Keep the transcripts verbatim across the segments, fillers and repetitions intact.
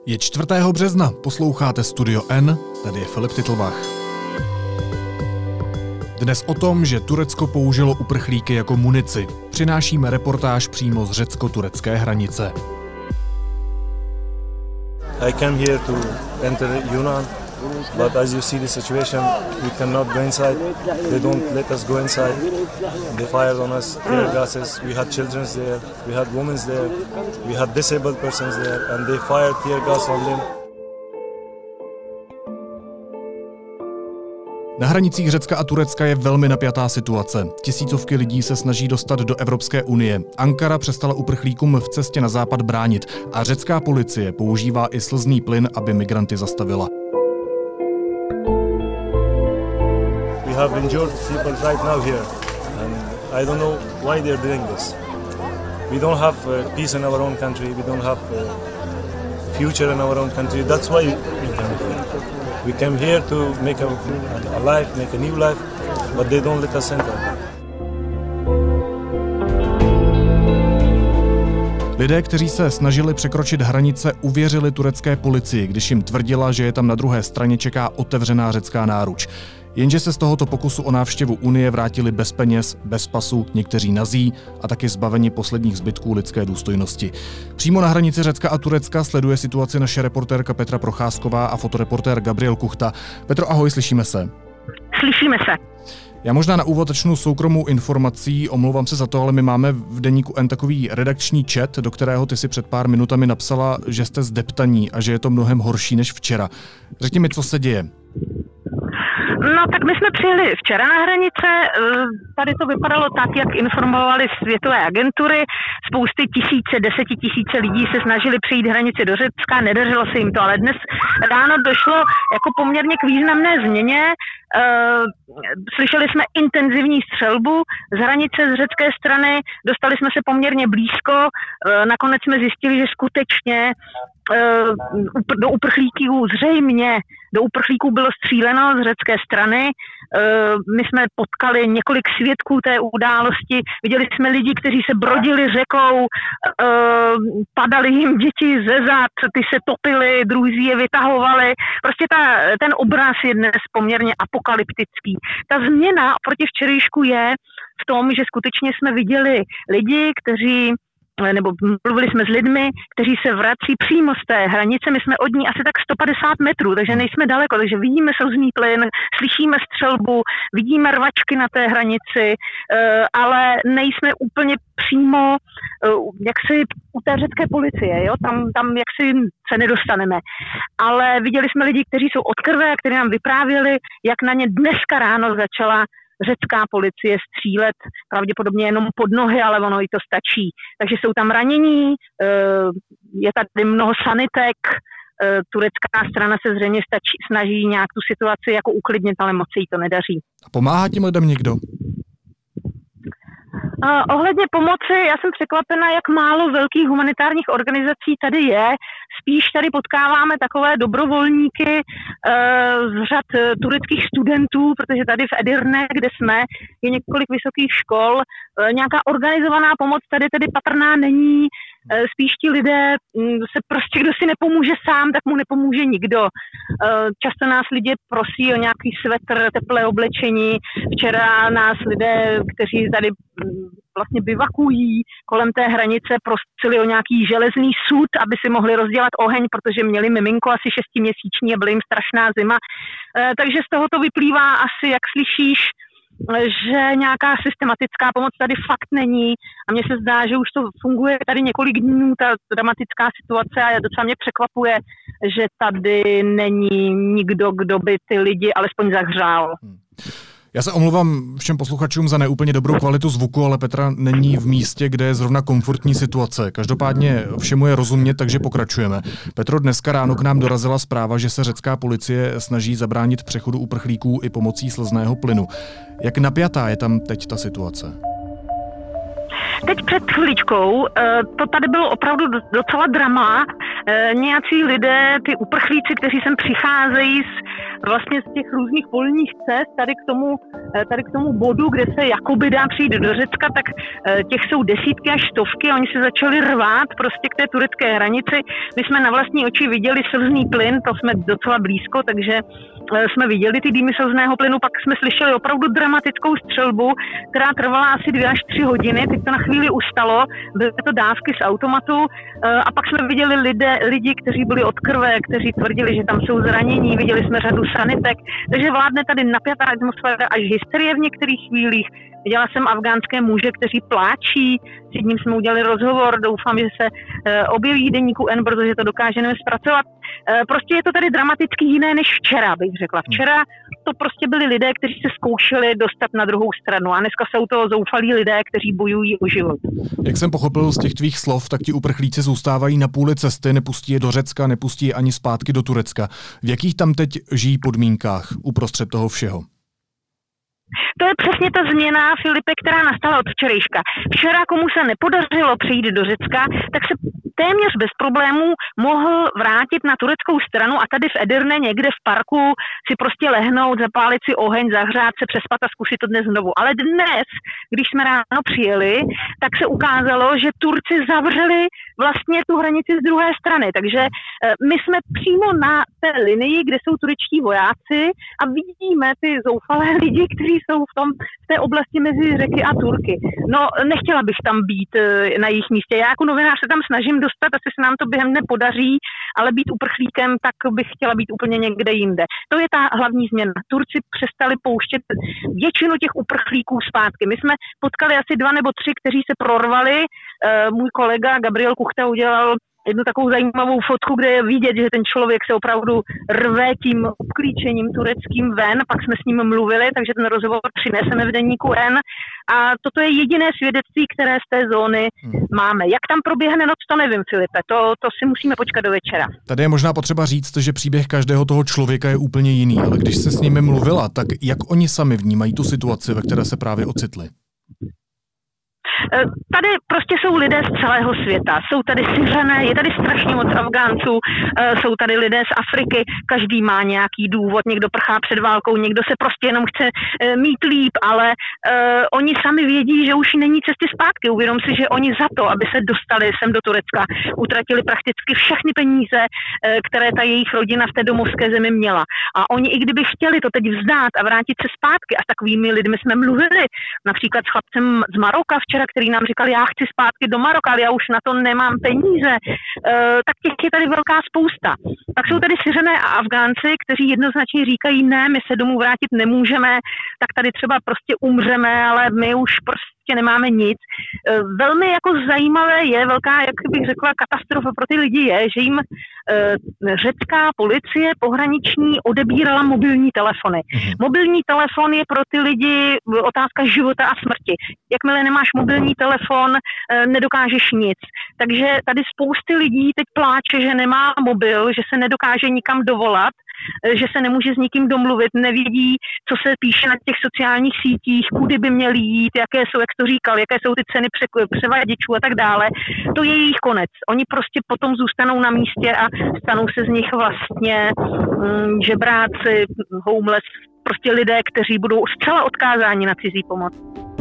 Je čtvrtého března, posloucháte Studio N, tady je Filip Titlbach. Dnes o tom, že Turecko použilo uprchlíky jako munici. Přinášíme reportáž přímo z řecko-turecké hranice. I came here to enter Yunan, but as you see the situation, we cannot go inside. They don't let us go inside. They fired on us tear gases. We had children there, we had women there, we had disabled persons there, and they fired tear gas on them. Na hranicích Řecka a Turecka je velmi napjatá situace. Tisícovky lidí se snaží dostat do Evropské unie. Ankara přestala uprchlíkům v cestě na západ bránit a řecká policie používá i slzný plyn, aby migranty zastavila. We have injured people right now here, and I don't know why they're doing this. We don't have uh, peace in our own country. We don't have uh, future in our own country. That's why we came here. We came here to make a, a life, make a new life, but they don't let us enter. Lidé, kteří se snažili překročit hranice, uvěřili turecké policii, když jim tvrdila, že je tam na druhé straně čeká otevřená řecká náruč. Jenže se z tohoto pokusu o návštěvu Unie vrátili bez peněz, bez pasu, někteří nazí a taky zbaveni posledních zbytků lidské důstojnosti. Přímo na hranici Řecka a Turecka sleduje situaci naše reportérka Petra Procházková a fotoreportér Gabriel Kuchta. Petro, ahoj, slyšíme se? Slyšíme se. Já možná na úvod začnu soukromou informací, omlouvám se za to, ale my máme v deníku N takový redakční chat, do kterého ty si před pár minutami napsala, že jste zdeptaní a že je to mnohem horší než včera. Řekni mi, co se děje. No tak my jsme přijeli včera na hranice, tady to vypadalo tak, jak informovali světové agentury, spousty tisíce, desetitisíce lidí se snažili přejít hranici do Řecka, nedařilo se jim to, ale dnes ráno došlo jako poměrně k významné změně. Slyšeli jsme intenzivní střelbu z hranice z řecké strany, dostali jsme se poměrně blízko, nakonec jsme zjistili, že skutečně do uprchlíků zřejmě do uprchlíků bylo stříleno z řecké strany. My jsme potkali několik svědků té události, viděli jsme lidi, kteří se brodili řekou, padaly jim děti ze zad, ty se topily, druzí je vytahovali. Prostě ta, ten obraz je dnes poměrně apokalyptický. Ta změna proti včerejšku je v tom, že skutečně jsme viděli lidi, kteří nebo mluvili jsme s lidmi, kteří se vrací přímo z té hranice. My jsme od ní asi tak sto padesát metrů, takže nejsme daleko, takže vidíme slzný plyn, slyšíme střelbu, vidíme rvačky na té hranici, ale nejsme úplně přímo jaksi u té řecké policie, jo? Tam, tam jaksi se nedostaneme. Ale viděli jsme lidi, kteří jsou od krve, kteří nám vyprávěli, jak na ně dneska ráno začala řecká policie střílet, pravděpodobně jenom pod nohy, ale ono i to stačí. Takže jsou tam ranění, je tady mnoho sanitek, turecká strana se zřejmě stačí, snaží nějak tu situaci jako uklidnit, ale moc se jí to nedaří. A pomáhá tím lidem někdo? Uh, ohledně pomoci, já jsem překvapena, jak málo velkých humanitárních organizací tady je. Spíš tady potkáváme takové dobrovolníky uh, z řad uh, tureckých studentů, protože tady v Edirne, kde jsme, je několik vysokých škol. Uh, nějaká organizovaná pomoc tady tedy patrná není. Uh, spíš ti lidé um, se prostě, kdo si nepomůže sám, tak mu nepomůže nikdo. Uh, často nás lidé prosí o nějaký svetr, teplé oblečení. Včera nás lidé, kteří tady vlastně bivakují kolem té hranice, prosili o nějaký železný sud, aby si mohli rozdělat oheň, protože měli miminko asi šestiměsíční a byla jim strašná zima. E, takže z toho to vyplývá asi, jak slyšíš, že nějaká systematická pomoc tady fakt není a mně se zdá, že už to funguje tady několik dnů, ta dramatická situace a docela mě překvapuje, že tady není nikdo, kdo by ty lidi alespoň zahřál. Hmm. Já se omlouvám všem posluchačům za neúplně dobrou kvalitu zvuku, ale Petra není v místě, kde je zrovna komfortní situace. Každopádně všemu je rozumět, takže pokračujeme. Petro, dneska ráno k nám dorazila zpráva, že se řecká policie snaží zabránit přechodu uprchlíků i pomocí slzného plynu. Jak napjatá je tam teď ta situace? Teď před chviličkou to tady bylo opravdu docela drama. Nějací lidé, ty uprchlíci, kteří sem přicházejí z, vlastně z těch různých polních cest tady k tomu, tady k tomu bodu, kde se jakoby dá přijít do Řecka, tak těch jsou desítky až stovky. Oni se začali rvát prostě k té turecké hranici. My jsme na vlastní oči viděli slzný plyn, to jsme docela blízko, takže jsme viděli ty dýmy slzného plynu, pak jsme slyšeli opravdu dramatickou střelbu, která trvala asi dvě až tři hodiny, teď to na chvíli ustalo, byly to dávky z automatu a pak jsme viděli lidé, lidi, kteří byli od krve, kteří tvrdili, že tam jsou zranění, viděli jsme řadu sanitek, takže vládne tady napjatá atmosféra až hysterie v některých chvílích. Viděla jsem afgánské muže, kteří pláčí, s jedním jsme udělali rozhovor, doufám, že se e, objeví deníku N, protože to dokážeme zpracovat. E, prostě je to tady dramaticky jiné než včera, bych řekla. Včera to prostě byli lidé, kteří se zkoušeli dostat na druhou stranu a dneska jsou to zoufalí lidé, kteří bojují o život. Jak jsem pochopil z těch tvých slov, tak ti uprchlíci zůstávají na půli cesty, nepustí je do Řecka, nepustí je ani zpátky do Turecka. V jakých tam teď žijí podmínkách uprostřed toho všeho? To je přesně ta změna, Filipe, která nastala od včerejška. Včera, komu se nepodařilo přejít do Řecka, tak se téměř bez problémů mohl vrátit na tureckou stranu a tady v Edirne někde v parku si prostě lehnout, zapálit si oheň, zahřát se, přespat a zkusit to dnes znovu. Ale dnes, když jsme ráno přijeli, tak se ukázalo, že Turci zavřeli vlastně tu hranici z druhé strany. Takže my jsme přímo na té linii, kde jsou turečtí vojáci a vidíme ty zoufalé lidi, kteří jsou v, tom, v té oblasti mezi Řeky a Turky. No, nechtěla bych tam být na jejich místě. Já jako novinář se tam snažím dostat, asi se nám to během dne podaří, ale být uprchlíkem, tak bych chtěla být úplně někde jinde. To je ta hlavní změna. Turci přestali pouštět většinu těch uprchlíků zpátky. My jsme potkali asi dva nebo tři, kteří se prorvali. Můj kolega Gabriel Kuchta udělal jednu takovou zajímavou fotku, kde je vidět, že ten člověk se opravdu rve tím obklíčením tureckým ven, pak jsme s ním mluvili, takže ten rozhovor přineseme v deníku N a toto je jediné svědectví, které z té zóny hmm. máme. Jak tam proběhne noc, to nevím, Filipe, to, to si musíme počkat do večera. Tady je možná potřeba říct, že příběh každého toho člověka je úplně jiný, ale když se s nimi mluvila, tak jak oni sami vnímají tu situaci, ve které se právě ocitli? Tady prostě jsou lidé z celého světa. Jsou tady Syřané, je tady strašně moc Afgánců, jsou tady lidé z Afriky, každý má nějaký důvod, někdo prchá před válkou, někdo se prostě jenom chce mít líp, ale uh, oni sami vědí, že už není cesty zpátky. Uvědom si, že oni za to, aby se dostali sem do Turecka, utratili prakticky všechny peníze, které ta jejich rodina v té domovské zemi měla. A oni, i kdyby chtěli to teď vzdát a vrátit se zpátky, a s takovými lidmi jsme mluvili, například s chlapcem z Maroka včera, který nám říkal, já chci zpátky do Maroka, ale já už na to nemám peníze, e, tak těch je tady velká spousta. Pak jsou tady Syřané a Afgánci, kteří jednoznačně říkají, ne, my se domů vrátit nemůžeme, tak tady třeba prostě umřeme, ale my už prostě nemáme nic. E, velmi jako zajímavé je, velká, jak bych řekla, katastrofa pro ty lidi je, že jim e, řecká policie pohraniční odebírala mobilní telefony. Mobilní telefon je pro ty lidi otázka života a smrti. Jakmile nemáš mobilní telefon, nedokážeš nic. Takže tady spousty lidí teď pláče, že nemá mobil, že se nedokáže nikam dovolat, že se nemůže s nikým domluvit, nevidí, co se píše na těch sociálních sítích, kudy by měli jít, jaké jsou, jak to říkal, jaké jsou ty ceny převaděčů a tak dále. To je jejich konec. Oni prostě potom zůstanou na místě a stanou se z nich vlastně mm, žebráci, homeless, prostě lidé, kteří budou zcela odkázáni na cizí pomoc.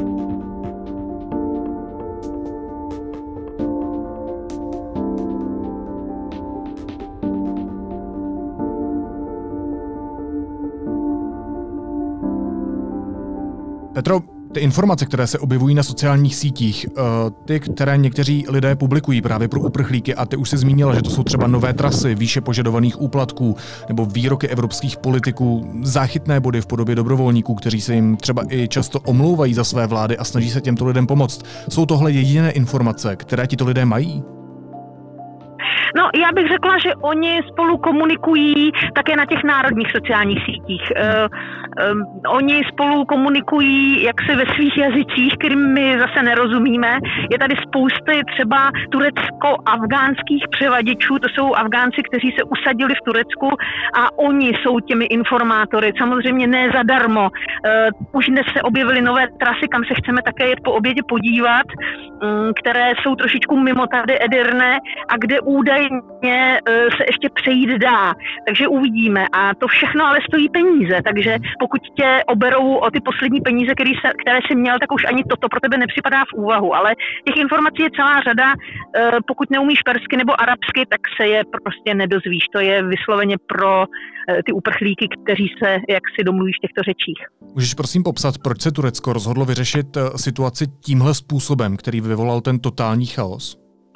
Petro, ty informace, které se objevují na sociálních sítích, ty, které někteří lidé publikují právě pro uprchlíky, a ty už jsi zmínila, že to jsou třeba nové trasy, výše požadovaných úplatků nebo výroky evropských politiků, záchytné body v podobě dobrovolníků, kteří se jim třeba i často omlouvají za své vlády a snaží se těmto lidem pomoct. Jsou tohle jediné informace, které tito lidé mají? No, já bych řekla, že oni spolu komunikují také na těch národních sociálních sítích. Uh, um, oni spolu komunikují jaksi ve svých jazycích, kterým my zase nerozumíme. Je tady spousty třeba turecko-afgánských převaděčů, to jsou Afgánci, kteří se usadili v Turecku a oni jsou těmi informátory. Samozřejmě ne zadarmo. Uh, už dnes se objevily nové trasy, kam se chceme také jet po obědě podívat, um, které jsou trošičku mimo tady Edirne a kde údajně se ještě přejít dá. Takže uvidíme. A to všechno ale stojí peníze. Takže pokud tě oberou o ty poslední peníze, které, se, které jsi měl, tak už ani toto pro tebe nepřipadá v úvahu. Ale těch informací je celá řada. Pokud neumíš persky nebo arabsky, tak se je prostě nedozvíš. To je vysloveně pro ty uprchlíky, kteří se jak si domluví v těchto řečích. Můžeš prosím popsat, proč se Turecko rozhodlo vyřešit situaci tímhle způsobem, který vyvolal ten totální chaos?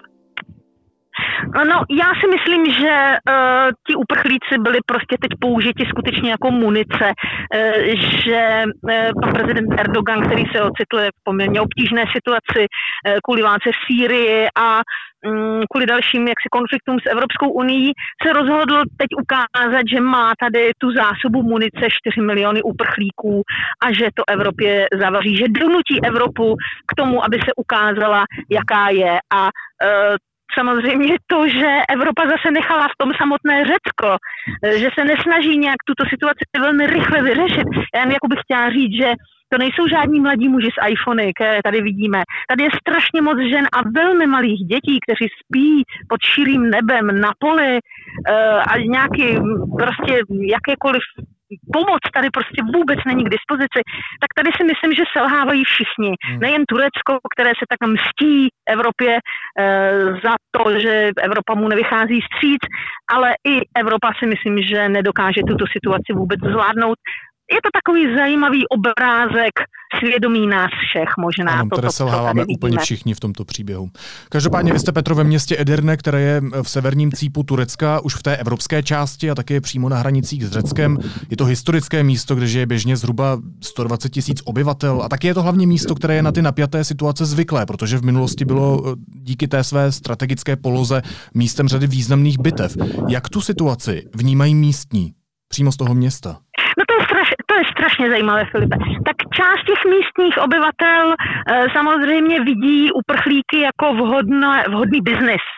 No, já si myslím, že uh, ti uprchlíci byli prostě teď použiti skutečně jako munice, uh, že uh, pan prezident Erdogan, který se ocitl v poměrně obtížné situaci uh, kvůli válce v Sýrii a um, kvůli dalším jaksi konfliktům s Evropskou unií, se rozhodl teď ukázat, že má tady tu zásobu munice čtyři miliony uprchlíků a že to Evropě zavaří, že donutí Evropu k tomu, aby se ukázala, jaká je. A uh, samozřejmě to, že Evropa zase nechala v tom samotné Řecko, že se nesnaží nějak tuto situaci velmi rychle vyřešit. Já jen jako bych chtěla říct, že to nejsou žádní mladí muži z iPhony, které tady vidíme. Tady je strašně moc žen a velmi malých dětí, kteří spí pod širým nebem na poli a nějaký prostě jakékoliv pomoc tady prostě vůbec není k dispozici, tak tady si myslím, že selhávají všichni. Hmm. Nejen Turecko, které se tak mstí Evropě e, za to, že Evropa mu nevychází vstříc, ale i Evropa si myslím, že nedokáže tuto situaci vůbec zvládnout. Je to takový zajímavý obrázek svědomí nás všech možná. Ano, které selháváme úplně všichni v tomto příběhu. Každopádně vy jste, Petro, ve městě Edirne, které je v severním cípu Turecka, už v té evropské části a také přímo na hranicích s Řeckem. Je to historické místo, kde žije běžně zhruba sto dvacet tisíc obyvatel a taky je to hlavně místo, které je na ty napjaté situace zvyklé, protože v minulosti bylo díky té své strategické poloze místem řady významných bitev. Jak tu situaci vnímají místní přímo z toho města? No to je, straš, to je strašně zajímavé, Filipe. Tak část těch místních obyvatel e, samozřejmě vidí uprchlíky jako vhodno, vhodný biznis. E,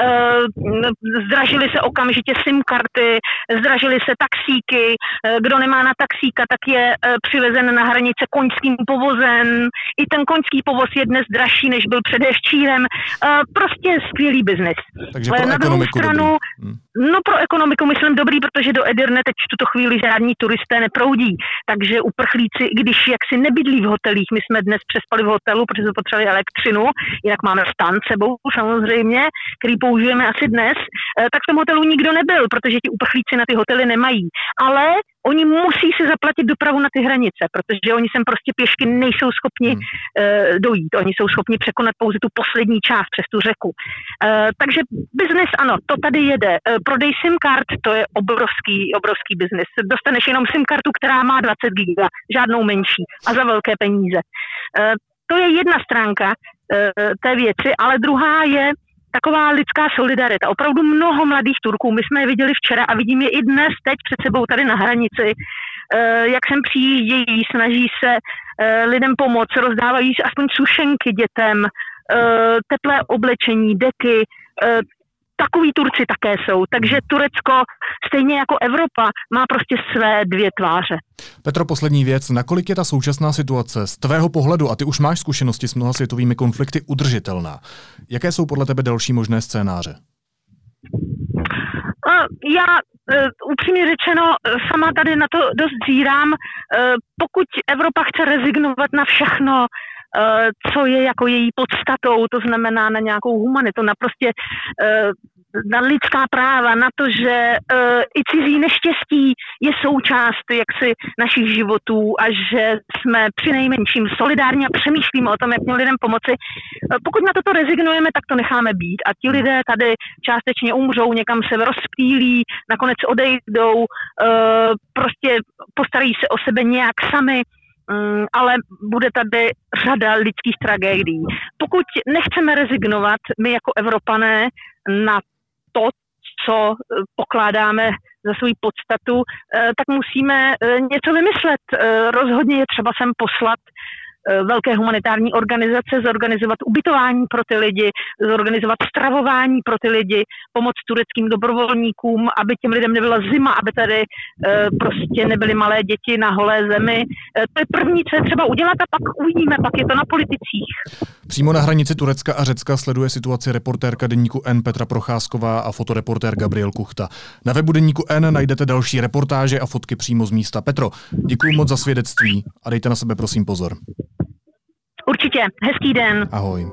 zdražily se okamžitě SIM karty, zdražily se taxíky, e, kdo nemá na taxíka, tak je e, přivezen na hranice koňským povozem. I ten koňský povoz je dnes dražší, než byl předevčírem. E, prostě skvělý biznis. Takže pro na druhou stranu, hmm. no pro ekonomiku myslím dobrý, protože do Edirne teď v tuto chvíli žádní turisté neproudí. Takže uprchlíci, když jaksi nebydlí v hotelích, my jsme dnes přespali v hotelu, protože jsme potřebovali elektřinu, jinak máme stan sebou samozřejmě, který použijeme asi dnes, tak v tom hotelu nikdo nebyl, protože ti uprchlíci na ty hotely nemají. Ale oni musí si zaplatit dopravu na ty hranice, protože oni sem prostě pěšky nejsou schopni hmm. uh, dojít. Oni jsou schopni překonat pouze tu poslední část přes tu řeku. Uh, takže biznis, ano, to tady jede. Uh, prodej SIM kart, to je obrovský, obrovský biznis. Dostaneš jenom SIM kartu, která má dvacet giga, žádnou menší a za velké peníze. Uh, to je jedna stránka uh, té věci, ale druhá je taková lidská solidarita. Opravdu mnoho mladých Turků, my jsme je viděli včera a vidíme je i dnes, teď před sebou tady na hranici, jak sem přijíždějí, snaží se lidem pomoct, rozdávají aspoň sušenky dětem, teplé oblečení, deky. Takoví Turci také jsou. Takže Turecko, stejně jako Evropa, má prostě své dvě tváře. Petro, poslední věc. Nakolik je ta současná situace z tvého pohledu, a ty už máš zkušenosti s mnoha světovými konflikty, udržitelná? Jaké jsou podle tebe další možné scénáře? Já upřímně řečeno sama tady na to dost zírám. Pokud Evropa chce rezignovat na všechno, co je jako její podstatou, to znamená na nějakou humanitu, na prostě na lidská práva, na to, že i cizí neštěstí je součást jaksi našich životů a že jsme přinejmenším solidární a přemýšlíme o tom, jak těm lidem pomoci. Pokud na toto rezignujeme, tak to necháme být a ti lidé tady částečně umřou, někam se rozptýlí, nakonec odejdou, prostě postarají se o sebe nějak sami, ale bude tady řada lidských tragédií. Pokud nechceme rezignovat, my jako Evropané, na to, co pokládáme za svou podstatu, tak musíme něco vymyslet. Rozhodně je třeba sem poslat velké humanitární organizace, zorganizovat ubytování pro ty lidi, zorganizovat stravování pro ty lidi, pomoct tureckým dobrovolníkům, aby těm lidem nebyla zima, aby tady e, prostě nebyly malé děti na holé zemi. E, to je první, co je třeba udělat a pak uvidíme, pak je to na politicích. Přímo na hranici Turecka a Řecka sleduje situaci reportérka deníku N Petra Procházková a fotoreportér Gabriel Kuchta. Na webu deníku N najdete další reportáže a fotky přímo z místa. Petro, děkuji moc za svědectví a dejte na sebe prosím pozor. Určitě. Hezký den. Ahoj.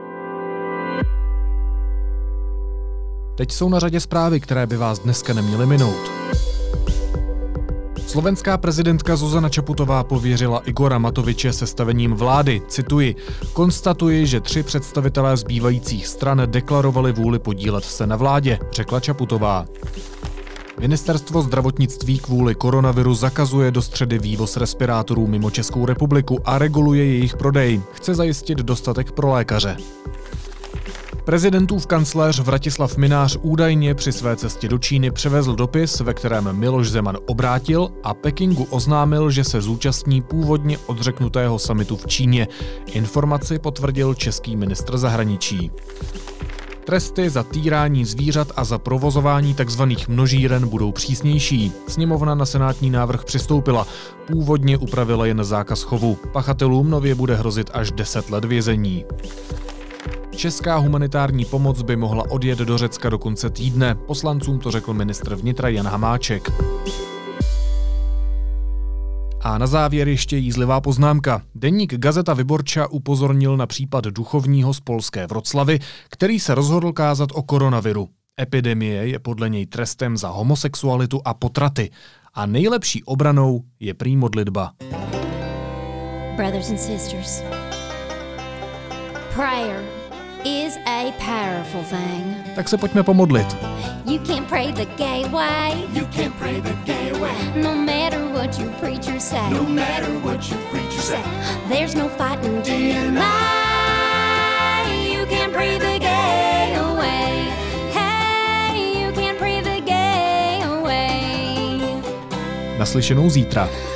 Teď jsou na řadě zprávy, které by vás dneska neměly minout. Slovenská prezidentka Zuzana Čaputová pověřila Igora Matoviče sestavením vlády. Cituji: konstatuji, že tři představitelé zbývajících stran deklarovali vůli podílet se na vládě, řekla Čaputová. Ministerstvo zdravotnictví kvůli koronaviru zakazuje do středy vývoz respirátorů mimo Českou republiku a reguluje jejich prodej. Chce zajistit dostatek pro lékaře. Prezidentův kancléř Vratislav Mynář údajně při své cestě do Číny převezl dopis, ve kterém Miloš Zeman obrátil a Pekingu oznámil, že se zúčastní původně odřeknutého summitu v Číně. Informaci potvrdil český ministr zahraničí. Tresty za týrání zvířat a za provozování tzv. Množíren budou přísnější. Sněmovna na senátní návrh přistoupila. Původně upravila jen zákaz chovu. Pachatelům nově bude hrozit až deset let vězení. Česká humanitární pomoc by mohla odjet do Řecka do konce týdne. Poslancům to řekl ministr vnitra Jan Hamáček. A na závěr ještě jízlivá poznámka. Deník Gazeta Wyborcza upozornil na případ duchovního z polské Wroclawi, který se rozhodl kázat o koronaviru. Epidemie je podle něj trestem za homosexualitu a potraty. A nejlepší obranou je prý modlitba. Brothers and sisters, prayer is a powerful thing. Tak se pojďme pomodlit. You can't pray the gay way. You can't pray the gay way. No matter what your preacher say. No matter what your preacher say. There's no fighting day and night. You can't pray the gay away. Hey, you can't pray the gay away. Naslyšenou zítra.